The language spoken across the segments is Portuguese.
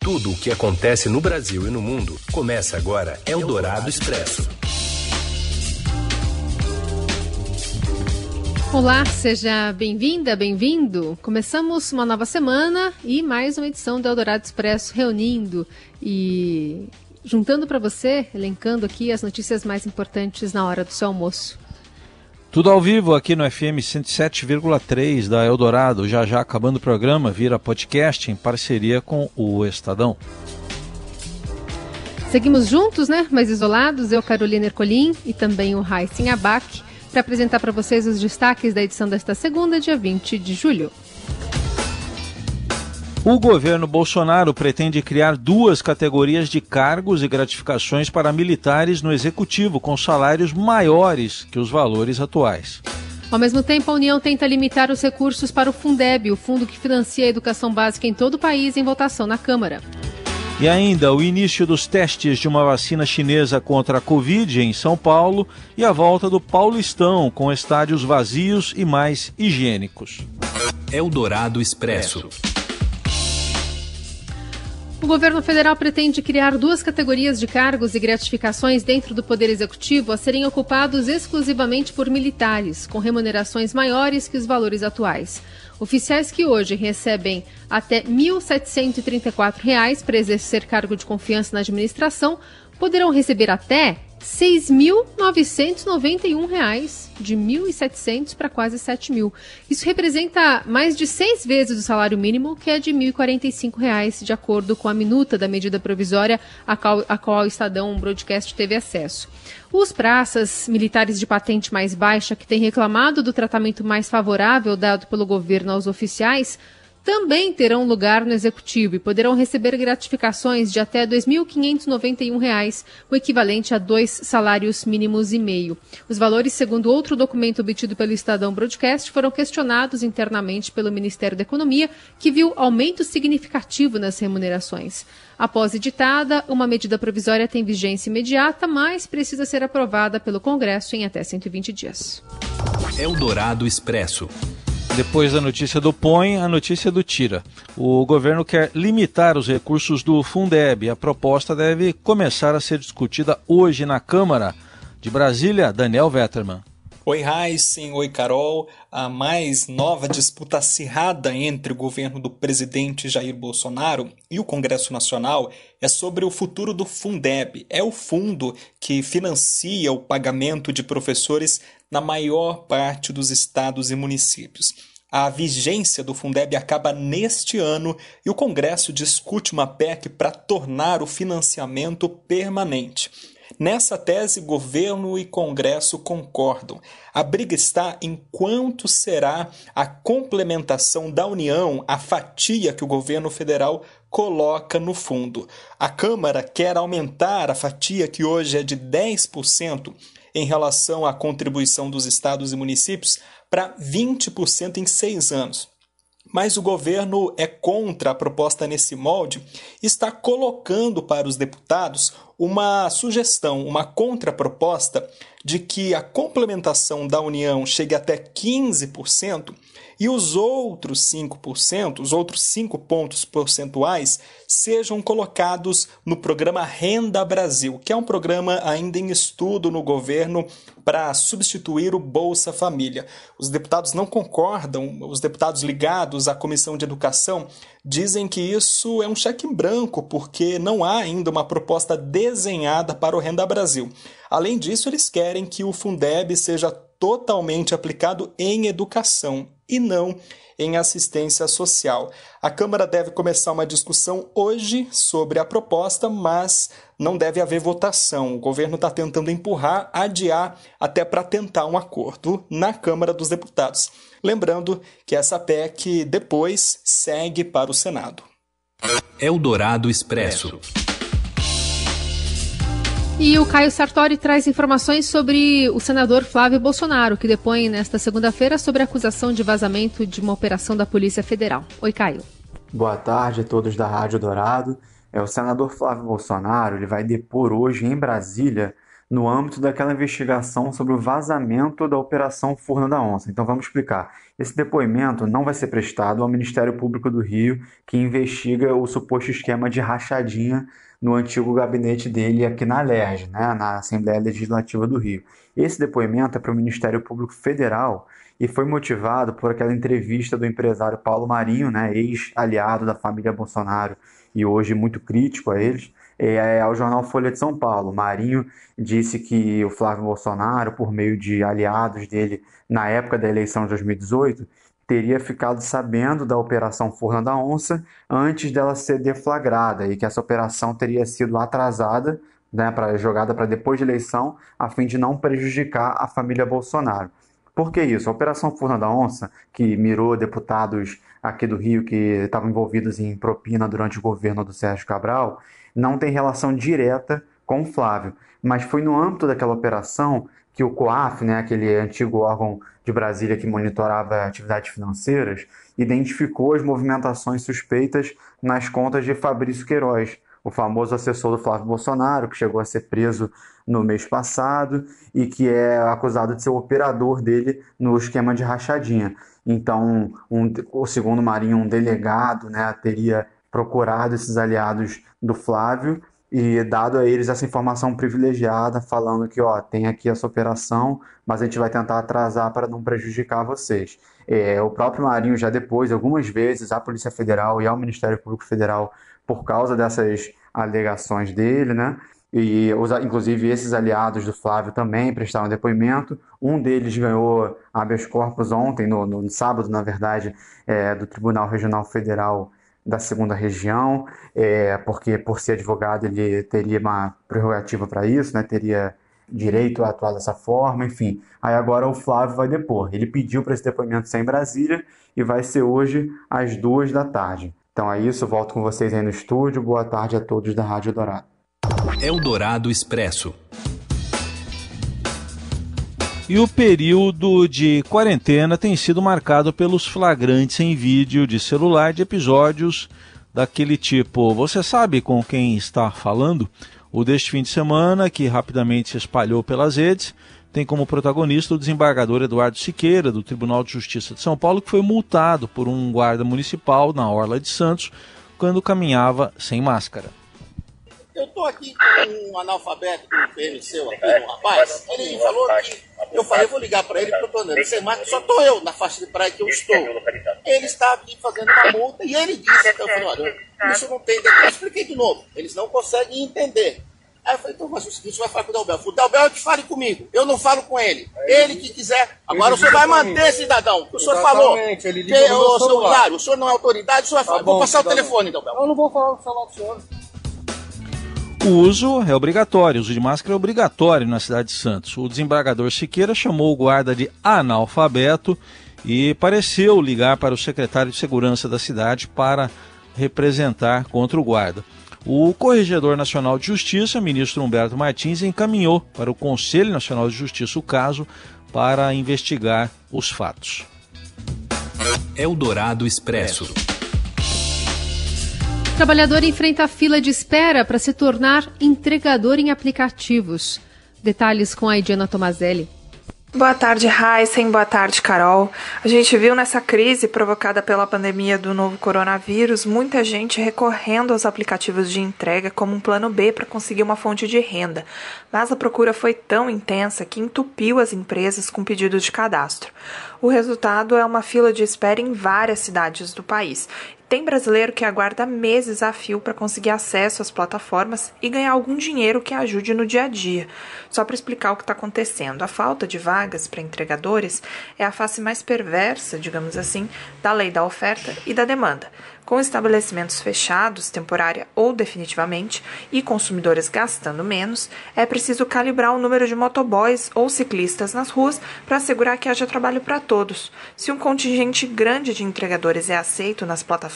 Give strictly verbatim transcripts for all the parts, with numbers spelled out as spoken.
Tudo o que acontece no Brasil e no mundo começa agora Eldorado Expresso. Olá, seja bem-vinda, bem-vindo. Começamos uma nova semana e mais uma edição do Eldorado Expresso, reunindo e juntando para você, elencando aqui as notícias mais importantes na hora do seu almoço. Tudo ao vivo aqui no F M cento e sete vírgula três da Eldorado, já já acabando o programa, vira podcast em parceria com o Estadão. Seguimos juntos, né? Mas isolados, eu, Carolina Ercolim e também o Raíssen Abac, para apresentar para vocês os destaques da edição desta segunda, dia vinte de julho. O governo Bolsonaro pretende criar duas categorias de cargos e gratificações para militares no executivo, com salários maiores que os valores atuais. Ao mesmo tempo, a União tenta limitar os recursos para o Fundeb, o fundo que financia a educação básica em todo o país, em votação na Câmara. E ainda o início dos testes de uma vacina chinesa contra a Covid em São Paulo e a volta do Paulistão, com estádios vazios e mais higiênicos. Eldorado Expresso. O governo federal pretende criar duas categorias de cargos e gratificações dentro do Poder Executivo a serem ocupados exclusivamente por militares, com remunerações maiores que os valores atuais. Oficiais que hoje recebem até mil setecentos e trinta e quatro reais para exercer cargo de confiança na administração poderão receber até seis mil novecentos e noventa e um reais, de mil e setecentos para quase sete mil. Isso representa mais de seis vezes o salário mínimo, que é de mil e quarenta e cinco reais, de acordo com a minuta da medida provisória a qual, a qual o Estadão Broadcast teve acesso. Os praças militares de patente mais baixa, que têm reclamado do tratamento mais favorável dado pelo governo aos oficiais, também terão lugar no Executivo e poderão receber gratificações de até dois mil quinhentos e noventa e um reais, o equivalente a dois salários mínimos e meio. Os valores, segundo outro documento obtido pelo Estadão Broadcast, foram questionados internamente pelo Ministério da Economia, que viu aumento significativo nas remunerações. Após editada, uma medida provisória tem vigência imediata, mas precisa ser aprovada pelo Congresso em até cento e vinte dias. Eldorado Expresso. Depois da notícia do põe, a notícia do tira. O governo quer limitar os recursos do Fundeb. A proposta deve começar a ser discutida hoje na Câmara. De Brasília, Daniel Vetterman. Oi, Raíssen. Oi, Carol. A mais nova disputa acirrada entre o governo do presidente Jair Bolsonaro e o Congresso Nacional é sobre o futuro do Fundeb. É o fundo que financia o pagamento de professores na maior parte dos estados e municípios. A vigência do Fundeb acaba neste ano e o Congresso discute uma P E C para tornar o financiamento permanente. Nessa tese, governo e Congresso concordam. A briga está em quanto será a complementação da União à fatia que o governo federal coloca no fundo. A Câmara quer aumentar a fatia, que hoje é de dez por cento, em relação à contribuição dos estados e municípios, para vinte por cento em seis anos. Mas o governo é contra a proposta nesse molde e está colocando para os deputados uma sugestão, uma contraproposta de que a complementação da União chegue até quinze por cento e os outros cinco por cento, os outros cinco pontos percentuais, sejam colocados no programa Renda Brasil, que é um programa ainda em estudo no governo para substituir o Bolsa Família. Os deputados não concordam, os deputados ligados à Comissão de Educação dizem que isso é um cheque em branco, porque não há ainda uma proposta desenhada para o Renda Brasil. Além disso, eles querem que o Fundeb seja totalmente aplicado em educação e não em assistência social. A Câmara deve começar uma discussão hoje sobre a proposta, mas não deve haver votação. O governo está tentando empurrar, adiar, até para tentar um acordo na Câmara dos Deputados. Lembrando que essa P E C depois segue para o Senado. Eldorado Expresso. E o Caio Sartori traz informações sobre o senador Flávio Bolsonaro, que depõe nesta segunda-feira sobre a acusação de vazamento de uma operação da Polícia Federal. Oi, Caio. Boa tarde a todos da Rádio Dourado. É, o senador Flávio Bolsonaro ele vai depor hoje em Brasília no âmbito daquela investigação sobre o vazamento da Operação Furna da Onça. Então vamos explicar. Esse depoimento não vai ser prestado ao Ministério Público do Rio, que investiga o suposto esquema de rachadinha no antigo gabinete dele aqui na Alerj, né, na Assembleia Legislativa do Rio. Esse depoimento é para o Ministério Público Federal e foi motivado por aquela entrevista do empresário Paulo Marinho, né, ex-aliado da família Bolsonaro e hoje muito crítico a eles, é, ao jornal Folha de São Paulo. Marinho disse que o Flávio Bolsonaro, por meio de aliados dele na época da eleição de dois mil e dezoito, teria ficado sabendo da Operação Furna da Onça antes dela ser deflagrada e que essa operação teria sido atrasada, né, pra, jogada para depois da eleição, a fim de não prejudicar a família Bolsonaro. Por que isso? A Operação Furna da Onça, que mirou deputados aqui do Rio que estavam envolvidos em propina durante o governo do Sérgio Cabral, não tem relação direta com o Flávio, mas foi no âmbito daquela operação que o COAF, né, aquele antigo órgão de Brasília que monitorava atividades financeiras, identificou as movimentações suspeitas nas contas de Fabrício Queiroz, o famoso assessor do Flávio Bolsonaro, que chegou a ser preso no mês passado e que é acusado de ser o operador dele no esquema de rachadinha. Então, um, o segundo Marinho, um delegado, né, teria procurado esses aliados do Flávio e dado a eles essa informação privilegiada, falando que ó, tem aqui essa operação, mas a gente vai tentar atrasar para não prejudicar vocês. É, o próprio Marinho já depois, algumas vezes, à Polícia Federal e ao Ministério Público Federal, por causa dessas alegações dele, né? E os, inclusive esses aliados do Flávio também prestaram depoimento. Um deles ganhou habeas corpus ontem, no, no sábado, na verdade, é, do Tribunal Regional Federal da segunda região, é, porque por ser advogado ele teria uma prerrogativa para isso, né? Teria direito a atuar dessa forma, enfim. Aí agora o Flávio vai depor. Ele pediu para esse depoimento ser em Brasília e vai ser hoje às duas da tarde. Então é isso, volto com vocês aí no estúdio. Boa tarde a todos da Rádio Eldorado. Eldorado Expresso. E o período de quarentena tem sido marcado pelos flagrantes em vídeo de celular de episódios daquele tipo. Você sabe com quem está falando? O deste fim de semana, que rapidamente se espalhou pelas redes, tem como protagonista o desembargador Eduardo Siqueira, do Tribunal de Justiça de São Paulo, que foi multado por um guarda municipal na Orla de Santos quando caminhava sem máscara. Eu estou aqui com um analfabeto do P M C, aqui, um rapaz, ele falou que, eu falei, vou ligar para ele, porque eu estou andando sem máscara, só estou eu na faixa de praia que eu estou. Ele está aqui fazendo uma multa e ele disse, então eu falei, olha, isso não tem, eu expliquei de novo, eles não conseguem entender. Aí eu falei, então, mas o seguinte, você vai falar com o Dalbel. O Dalbel é que fale comigo, eu não falo com ele. Ele que quiser. Agora o senhor vai manter, cidadão, que o senhor falou. Ele liga que, o senhor, Hilário, o senhor não é autoridade, o senhor vai falar. Tá bom, vou passar cidadão. O telefone, Dalbel. Eu não vou falar o celular do senhor. O uso é obrigatório, o uso de máscara é obrigatório na cidade de Santos. O desembargador Siqueira chamou o guarda de analfabeto e pareceu ligar para o secretário de segurança da cidade para representar contra o guarda. O Corregedor Nacional de Justiça, ministro Humberto Martins, encaminhou para o Conselho Nacional de Justiça o caso para investigar os fatos. Eldorado Expresso. Trabalhador enfrenta a fila de espera para se tornar entregador em aplicativos. Detalhes com a Ediana Tomazelli. Boa tarde, Heisen. Boa tarde, Carol. A gente viu nessa crise provocada pela pandemia do novo coronavírus muita gente recorrendo aos aplicativos de entrega como um plano B para conseguir uma fonte de renda. Mas a procura foi tão intensa que entupiu as empresas com pedidos de cadastro. O resultado é uma fila de espera em várias cidades do país. Tem brasileiro que aguarda meses a fio para conseguir acesso às plataformas e ganhar algum dinheiro que ajude no dia a dia. Só para explicar o que está acontecendo, a falta de vagas para entregadores é a face mais perversa, digamos assim, da lei da oferta e da demanda. Com estabelecimentos fechados, temporária ou definitivamente, e consumidores gastando menos, é preciso calibrar o número de motoboys ou ciclistas nas ruas para assegurar que haja trabalho para todos. Se um contingente grande de entregadores é aceito nas plataformas,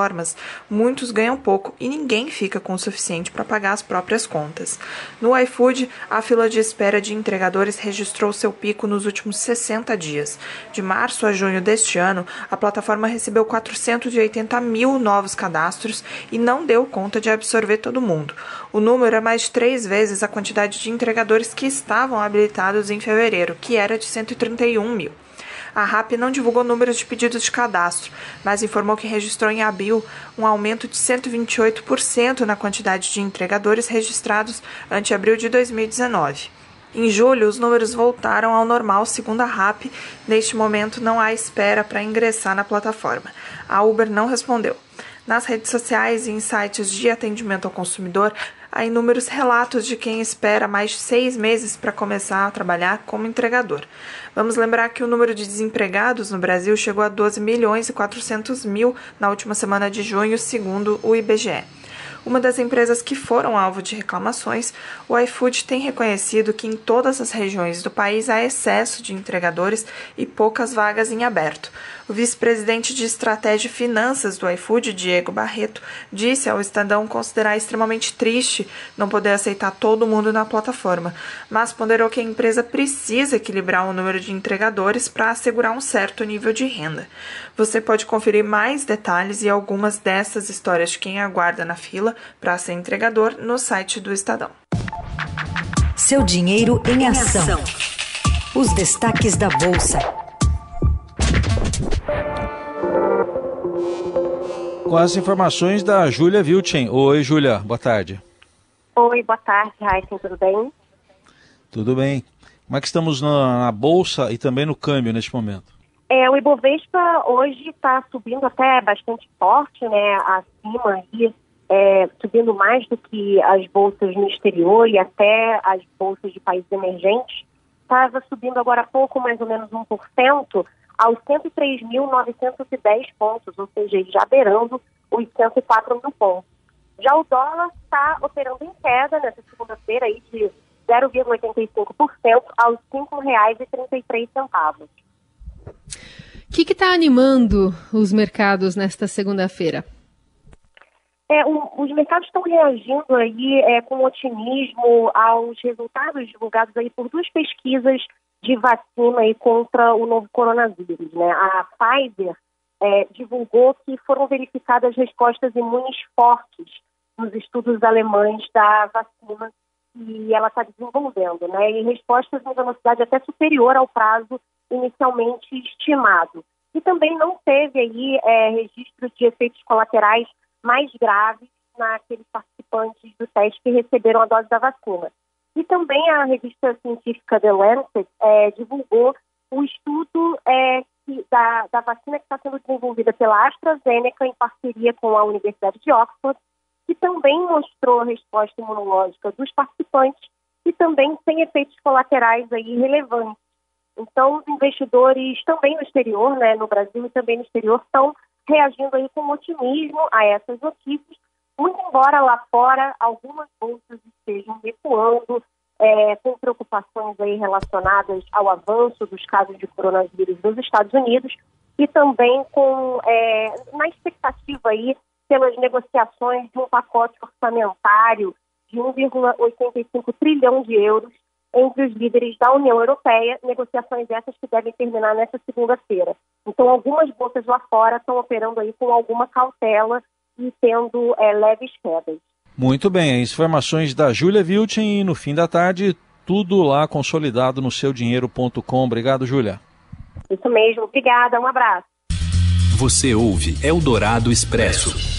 plataformas, muitos ganham pouco e ninguém fica com o suficiente para pagar as próprias contas. No iFood, a fila de espera de entregadores registrou seu pico nos últimos sessenta dias. De março a junho deste ano, a plataforma recebeu quatrocentos e oitenta mil novos cadastros e não deu conta de absorver todo mundo. O número é mais de três vezes a quantidade de entregadores que estavam habilitados em fevereiro, que era de cento e trinta e um mil. A Rappi não divulgou números de pedidos de cadastro, mas informou que registrou em abril um aumento de cento e vinte e oito por cento na quantidade de entregadores registrados ante abril de dois mil e dezenove. Em julho, os números voltaram ao normal, segundo a Rappi. Neste momento, não há espera para ingressar na plataforma. A Uber não respondeu. Nas redes sociais e em sites de atendimento ao consumidor, há inúmeros relatos de quem espera mais de seis meses para começar a trabalhar como entregador. Vamos lembrar que o número de desempregados no Brasil chegou a doze milhões e quatrocentos mil na última semana de junho, segundo o I B G E. Uma das empresas que foram alvo de reclamações, o iFood tem reconhecido que em todas as regiões do país há excesso de entregadores e poucas vagas em aberto. O vice-presidente de Estratégia e Finanças do iFood, Diego Barreto, disse ao Estadão considerar extremamente triste não poder aceitar todo mundo na plataforma, mas ponderou que a empresa precisa equilibrar o número de entregadores para assegurar um certo nível de renda. Você pode conferir mais detalhes e algumas dessas histórias de quem aguarda na fila para ser entregador no site do Estadão. Seu dinheiro em ação. Os destaques da Bolsa. Com as informações da Júlia Vilchen. Oi, Júlia, boa tarde. Oi, boa tarde, Raíssa, tudo bem? Tudo bem. Como é que estamos na, na Bolsa e também no câmbio neste momento? É, o Ibovespa hoje está subindo até bastante forte, né, acima aí, é, subindo mais do que as bolsas no exterior e até as bolsas de países emergentes. Estava subindo agora há pouco, mais ou menos um por cento, aos cento e três mil novecentos e dez pontos, ou seja, já beirando os cento e quatro mil pontos. Já o dólar está operando em queda nessa segunda-feira aí de zero vírgula oitenta e cinco por cento aos cinco reais e trinta e três centavos. O que está animando os mercados nesta segunda-feira? É, o, os mercados estão reagindo aí é, com otimismo aos resultados divulgados aí por duas pesquisas de vacina aí contra o novo coronavírus, né? A Pfizer é, divulgou que foram verificadas respostas imunes fortes nos estudos alemães da vacina que ela está desenvolvendo, né? E respostas em velocidade até superior ao prazo inicialmente estimado. E também não teve aí é, registro de efeitos colaterais mais graves naqueles participantes do teste que receberam a dose da vacina. E também a revista científica The Lancet é, divulgou o estudo é, que, da, da vacina que está sendo desenvolvida pela AstraZeneca em parceria com a Universidade de Oxford, que também mostrou a resposta imunológica dos participantes e também sem efeitos colaterais aí relevantes. Então, os investidores também no exterior, né, no Brasil e também no exterior, estão reagindo aí com otimismo a essas notícias, muito embora lá fora algumas bolsas estejam recuando, é, com preocupações aí relacionadas ao avanço dos casos de coronavírus nos Estados Unidos e também com, é, na expectativa aí pelas negociações de um pacote orçamentário de um vírgula oitenta e cinco trilhão de euros entre os líderes da União Europeia, negociações essas que devem terminar nesta segunda-feira. Então, algumas bolsas lá fora estão operando aí com alguma cautela e tendo é, leves quedas. Muito bem, as informações da Júlia Vilchen e no fim da tarde, tudo lá consolidado no seu dinheiro ponto com. Obrigado, Júlia. Isso mesmo, obrigada, um abraço. Você ouve Eldorado Expresso.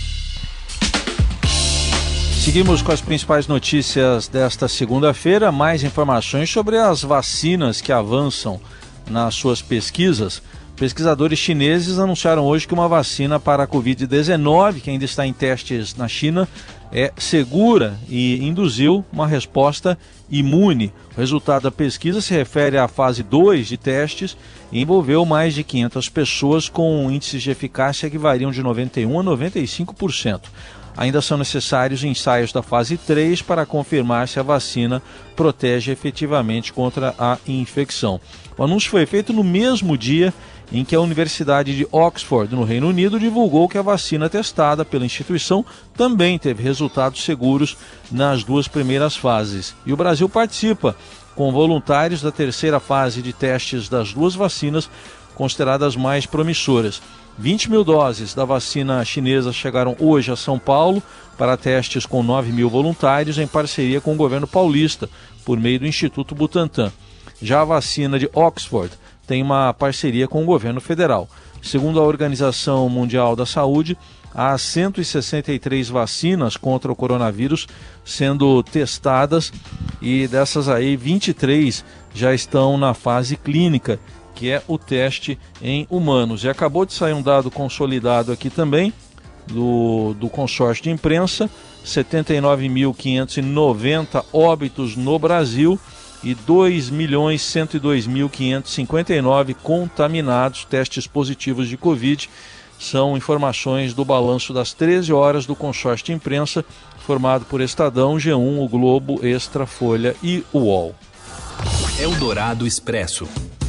Seguimos com as principais notícias desta segunda-feira. Mais informações sobre as vacinas que avançam nas suas pesquisas. Pesquisadores chineses anunciaram hoje que uma vacina para a covid dezenove, que ainda está em testes na China, é segura e induziu uma resposta imune. O resultado da pesquisa se refere à fase dois de testes e envolveu mais de quinhentas pessoas com índices de eficácia que variam de noventa e um por cento a noventa e cinco por cento. Ainda são necessários ensaios da fase três para confirmar se a vacina protege efetivamente contra a infecção. O anúncio foi feito no mesmo dia em que a Universidade de Oxford, no Reino Unido, divulgou que a vacina testada pela instituição também teve resultados seguros nas duas primeiras fases. E o Brasil participa, com voluntários da terceira fase de testes das duas vacinas, consideradas mais promissoras. vinte mil doses da vacina chinesa chegaram hoje a São Paulo para testes com nove mil voluntários em parceria com o governo paulista, por meio do Instituto Butantan. Já a vacina de Oxford tem uma parceria com o governo federal. Segundo a Organização Mundial da Saúde, há cento e sessenta e três vacinas contra o coronavírus sendo testadas e dessas aí, vinte e três já estão na fase clínica, que é o teste em humanos. E acabou de sair um dado consolidado aqui também do, do consórcio de imprensa, setenta e nove mil quinhentos e noventa óbitos no Brasil e dois milhões cento e dois mil quinhentos e cinquenta e nove contaminados, testes positivos de Covid. São informações do balanço das treze horas do consórcio de imprensa, formado por Estadão, G um, O Globo, Extra, Folha e U O L. Eldorado Expresso.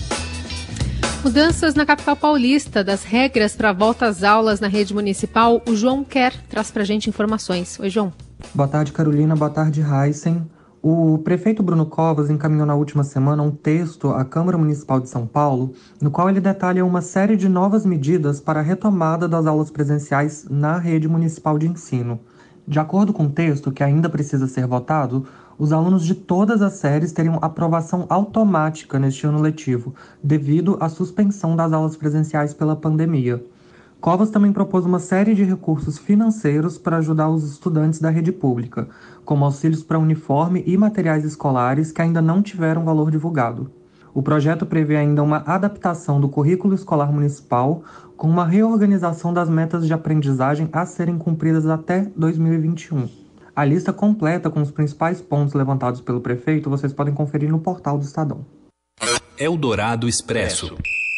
Mudanças na capital paulista das regras para a volta às aulas na rede municipal. O João Quer traz para a gente informações. Oi, João. Boa tarde, Carolina. Boa tarde, Heisen. O prefeito Bruno Covas encaminhou na última semana um texto à Câmara Municipal de São Paulo, no qual ele detalha uma série de novas medidas para a retomada das aulas presenciais na rede municipal de ensino. De acordo com o texto, que ainda precisa ser votado, os alunos de todas as séries teriam aprovação automática neste ano letivo, devido à suspensão das aulas presenciais pela pandemia. Covas também propôs uma série de recursos financeiros para ajudar os estudantes da rede pública, como auxílios para uniforme e materiais escolares que ainda não tiveram valor divulgado. O projeto prevê ainda uma adaptação do currículo escolar municipal, com uma reorganização das metas de aprendizagem a serem cumpridas até dois mil e vinte e um. A lista completa com os principais pontos levantados pelo prefeito vocês podem conferir no portal do Estadão. Eldorado Expresso.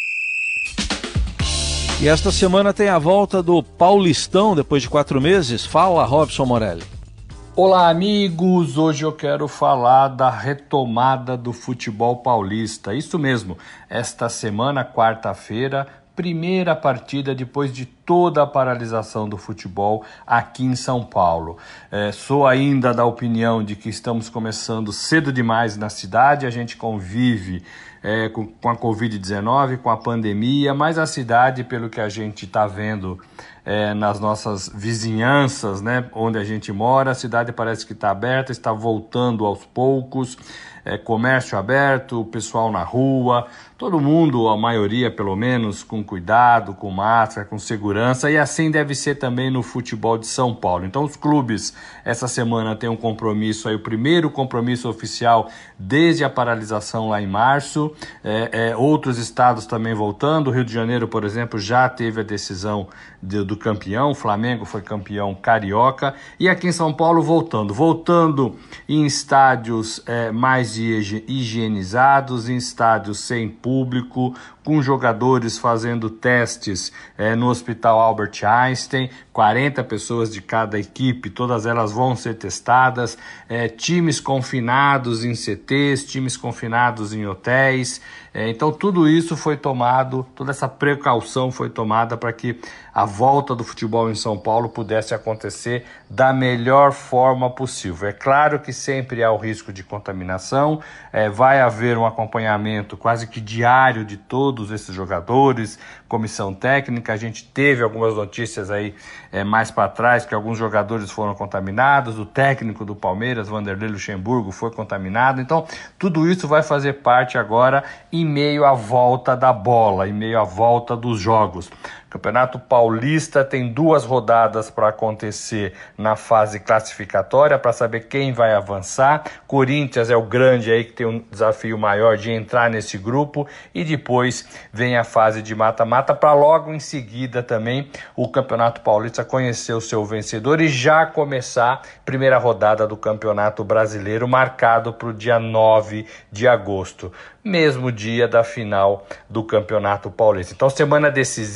E esta semana tem a volta do Paulistão depois de quatro meses. Fala, Robson Morelli. Olá, amigos! Hoje eu quero falar da retomada do futebol paulista. Isso mesmo, esta semana, quarta-feira, primeira partida depois de toda a paralisação do futebol aqui em São Paulo. É, sou ainda da opinião de que estamos começando cedo demais na cidade, a gente convive é, com, com a covid dezenove, com a pandemia, mas a cidade, pelo que a gente está vendo é, nas nossas vizinhanças, né, onde a gente mora, a cidade parece que está aberta, está voltando aos poucos, é, comércio aberto, o pessoal na rua, todo mundo, a maioria pelo menos, com cuidado, com máscara, com segurança, e assim deve ser também no futebol de São Paulo. Então os clubes essa semana têm um compromisso, aí, o primeiro compromisso oficial desde a paralisação lá em março, é, é, outros estados também voltando, o Rio de Janeiro, por exemplo, já teve a decisão de, do campeão, o Flamengo foi campeão carioca, e aqui em São Paulo voltando, voltando em estádios é, mais higienizados, em estádios sem público, com jogadores fazendo testes é, no Hospital Albert Einstein, quarenta pessoas de cada equipe, todas elas vão ser testadas, é, times confinados em C Tês, times confinados em hotéis, é, então tudo isso foi tomado, toda essa precaução foi tomada para que a volta do futebol em São Paulo pudesse acontecer da melhor forma possível. É claro que sempre há o risco de contaminação, é, vai haver um acompanhamento quase que diário de todos esses jogadores, comissão técnica, a gente teve algumas notícias aí é, mais para trás que alguns jogadores foram contaminados, o técnico do Palmeiras, Vanderlei Luxemburgo, foi contaminado, então tudo isso vai fazer parte agora em meio à volta da bola, em meio à volta dos jogos. O Campeonato Paulista tem duas rodadas para acontecer na fase classificatória para saber quem vai avançar. Corinthians é o grande aí que tem um desafio maior de entrar nesse grupo e depois vem a fase de mata-mata para logo em seguida também o Campeonato Paulista conhecer o seu vencedor e já começar a primeira rodada do Campeonato Brasileiro marcado para o dia nove de agosto. Mesmo dia da final do Campeonato Paulista. Então, semana decisiva, os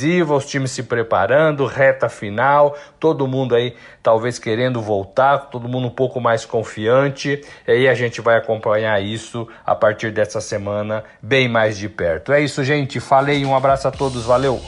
times se preparando, reta final, todo mundo aí talvez querendo voltar, todo mundo um pouco mais confiante, e aí a gente vai acompanhar isso a partir dessa semana bem mais de perto. É isso, gente, falei, um abraço a todos, valeu!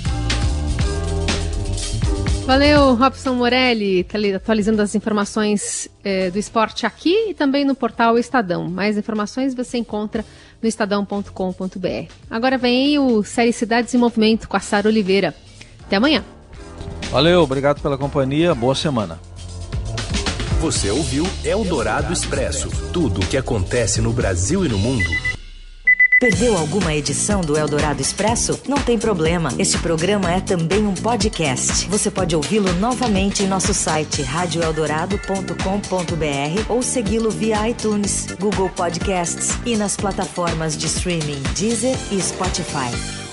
Valeu, Robson Morelli, atualizando as informações eh, do esporte aqui e também no portal Estadão. Mais informações você encontra no estadão ponto com ponto b r. Agora vem o Série Cidades em Movimento com a Sara Oliveira. Até amanhã. Valeu, obrigado pela companhia, boa semana. Você ouviu Eldorado Expresso, tudo o que acontece no Brasil e no mundo. Perdeu alguma edição do Eldorado Expresso? Não tem problema. Este programa é também um podcast. Você pode ouvi-lo novamente em nosso site rádio eldorado ponto com ponto b r ou segui-lo via iTunes, Google Podcasts e nas plataformas de streaming Deezer e Spotify.